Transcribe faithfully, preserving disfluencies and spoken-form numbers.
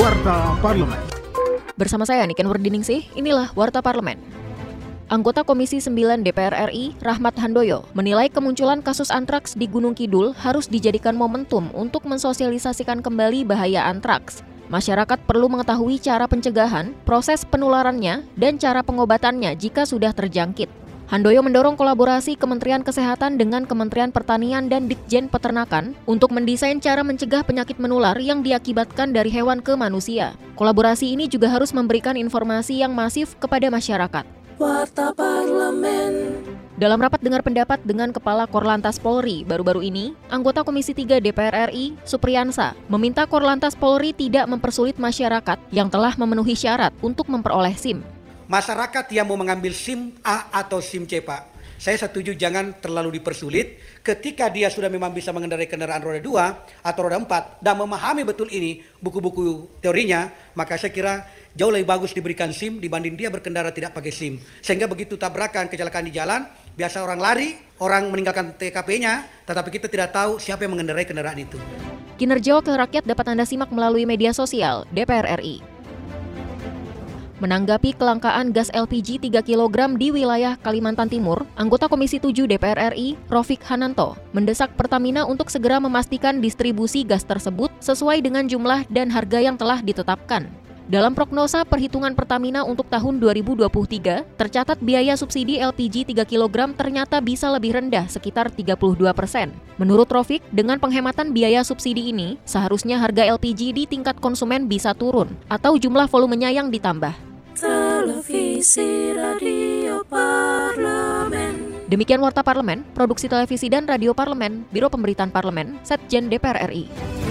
Warta Parlemen. Bersama saya Niken Wardiningsih, inilah Warta Parlemen. Anggota Komisi sembilan D P R R I, Rahmat Handoyo, menilai kemunculan kasus antraks di Gunung Kidul harus dijadikan momentum untuk mensosialisasikan kembali bahaya antraks. Masyarakat perlu mengetahui cara pencegahan, proses penularannya, dan cara pengobatannya jika sudah terjangkit. Handoyo mendorong kolaborasi Kementerian Kesehatan dengan Kementerian Pertanian dan Ditjen Peternakan untuk mendesain cara mencegah penyakit menular yang diakibatkan dari hewan ke manusia. Kolaborasi ini juga harus memberikan informasi yang masif kepada masyarakat. Warta Parlemen. Dalam rapat dengar pendapat dengan Kepala Korlantas Polri baru-baru ini, anggota Komisi tiga D P R R I, Supriyansa, meminta Korlantas Polri tidak mempersulit masyarakat yang telah memenuhi syarat untuk memperoleh SIM. Masyarakat yang mau mengambil SIM A atau SIM C, Pak, saya setuju jangan terlalu dipersulit. Ketika dia sudah memang bisa mengendarai kendaraan roda dua atau roda empat dan memahami betul ini buku-buku teorinya, maka saya kira jauh lebih bagus diberikan SIM dibanding dia berkendara tidak pakai SIM. Sehingga begitu tabrakan, kecelakaan di jalan, biasa orang lari, orang meninggalkan T K P-nya, tetapi kita tidak tahu siapa yang mengendarai kendaraan itu. Kinerja Wakil Rakyat dapat Anda simak melalui media sosial D P R R I. Menanggapi kelangkaan gas L P G tiga kilogram di wilayah Kalimantan Timur, anggota Komisi tujuh D P R R I, Rofik Hananto, mendesak Pertamina untuk segera memastikan distribusi gas tersebut sesuai dengan jumlah dan harga yang telah ditetapkan. Dalam prognosa perhitungan Pertamina untuk tahun dua ribu dua puluh tiga, tercatat biaya subsidi L P G tiga kilogram ternyata bisa lebih rendah, sekitar tiga puluh dua persen. Menurut Rofik, dengan penghematan biaya subsidi ini, seharusnya harga L P G di tingkat konsumen bisa turun, atau jumlah volumenya yang ditambah. Televisi Radio Parlemen. Demikian Warta Parlemen, Produksi Televisi dan Radio Parlemen, Biro Pemberitaan Parlemen, Setjen D P R R I.